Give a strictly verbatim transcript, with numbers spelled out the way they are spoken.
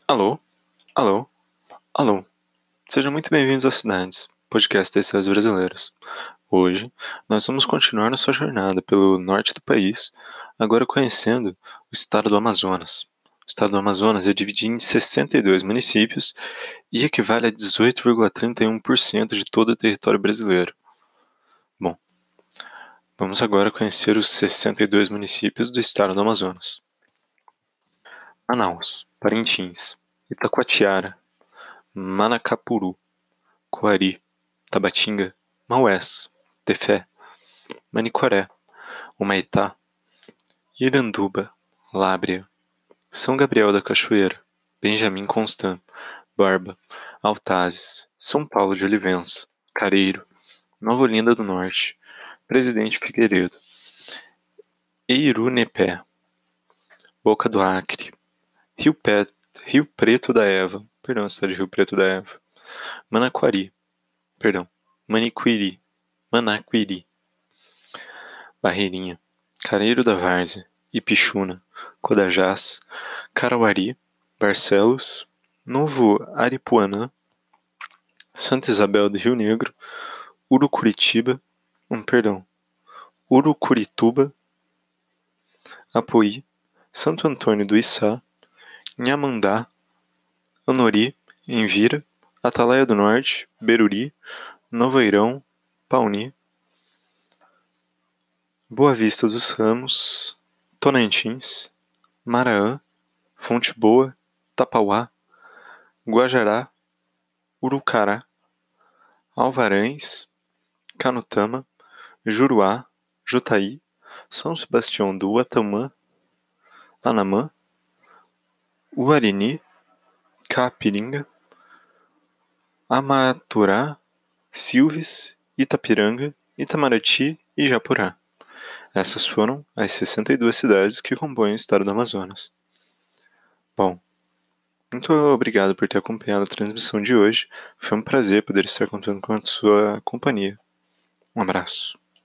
Alô? Alô? Alô? Sejam muito bem-vindos aos Cidades, podcast das cidades brasileiras. Hoje, nós vamos continuar nossa jornada pelo norte do país, agora conhecendo o estado do Amazonas. O estado do Amazonas é dividido em sessenta e dois municípios e equivale a dezoito vírgula trinta e um por cento de todo o território brasileiro. Bom, vamos agora conhecer os sessenta e dois municípios do estado do Amazonas. Manaus, Parintins, Itacoatiara, Manacapuru, Coari, Tabatinga, Maués, Tefé, Manicoré, Humaitá, Iranduba, Lábrea, São Gabriel da Cachoeira, Benjamin Constant, Barba, Altazes, São Paulo de Olivença, Careiro, Nova Olinda do Norte, Presidente Figueiredo, Eirunepé, Boca do Acre, Rio, Pé, Rio Preto da Eva, perdão, cidade de Rio Preto da Eva, Manaquari, perdão, Maniquiri, Manaquiri, Barreirinha, Careiro da Várzea, Ipixuna, Codajás, Carauari, Barcelos, Novo Aripuanã, Santa Isabel do Rio Negro, Urucuritiba, um, perdão, Urucurituba, Apoí, Santo Antônio do Içá, Inhamandá, Anori, Envira, Atalaia do Norte, Beruri, Novoeirão, Pauni, Boa Vista dos Ramos, Tonantins, Maraã, Fonte Boa, Tapauá, Guajará, Urucará, Alvarães, Canutama, Juruá, Jutaí, São Sebastião do Uatamã, Anamã, Uarini, Caapiringa, Amaturá, Silves, Itapiranga, Itamaraty e Japurá. Essas foram as sessenta e duas cidades que compõem o estado do Amazonas. Bom, muito obrigado por ter acompanhado a transmissão de hoje. Foi um prazer poder estar contando com a sua companhia. Um abraço.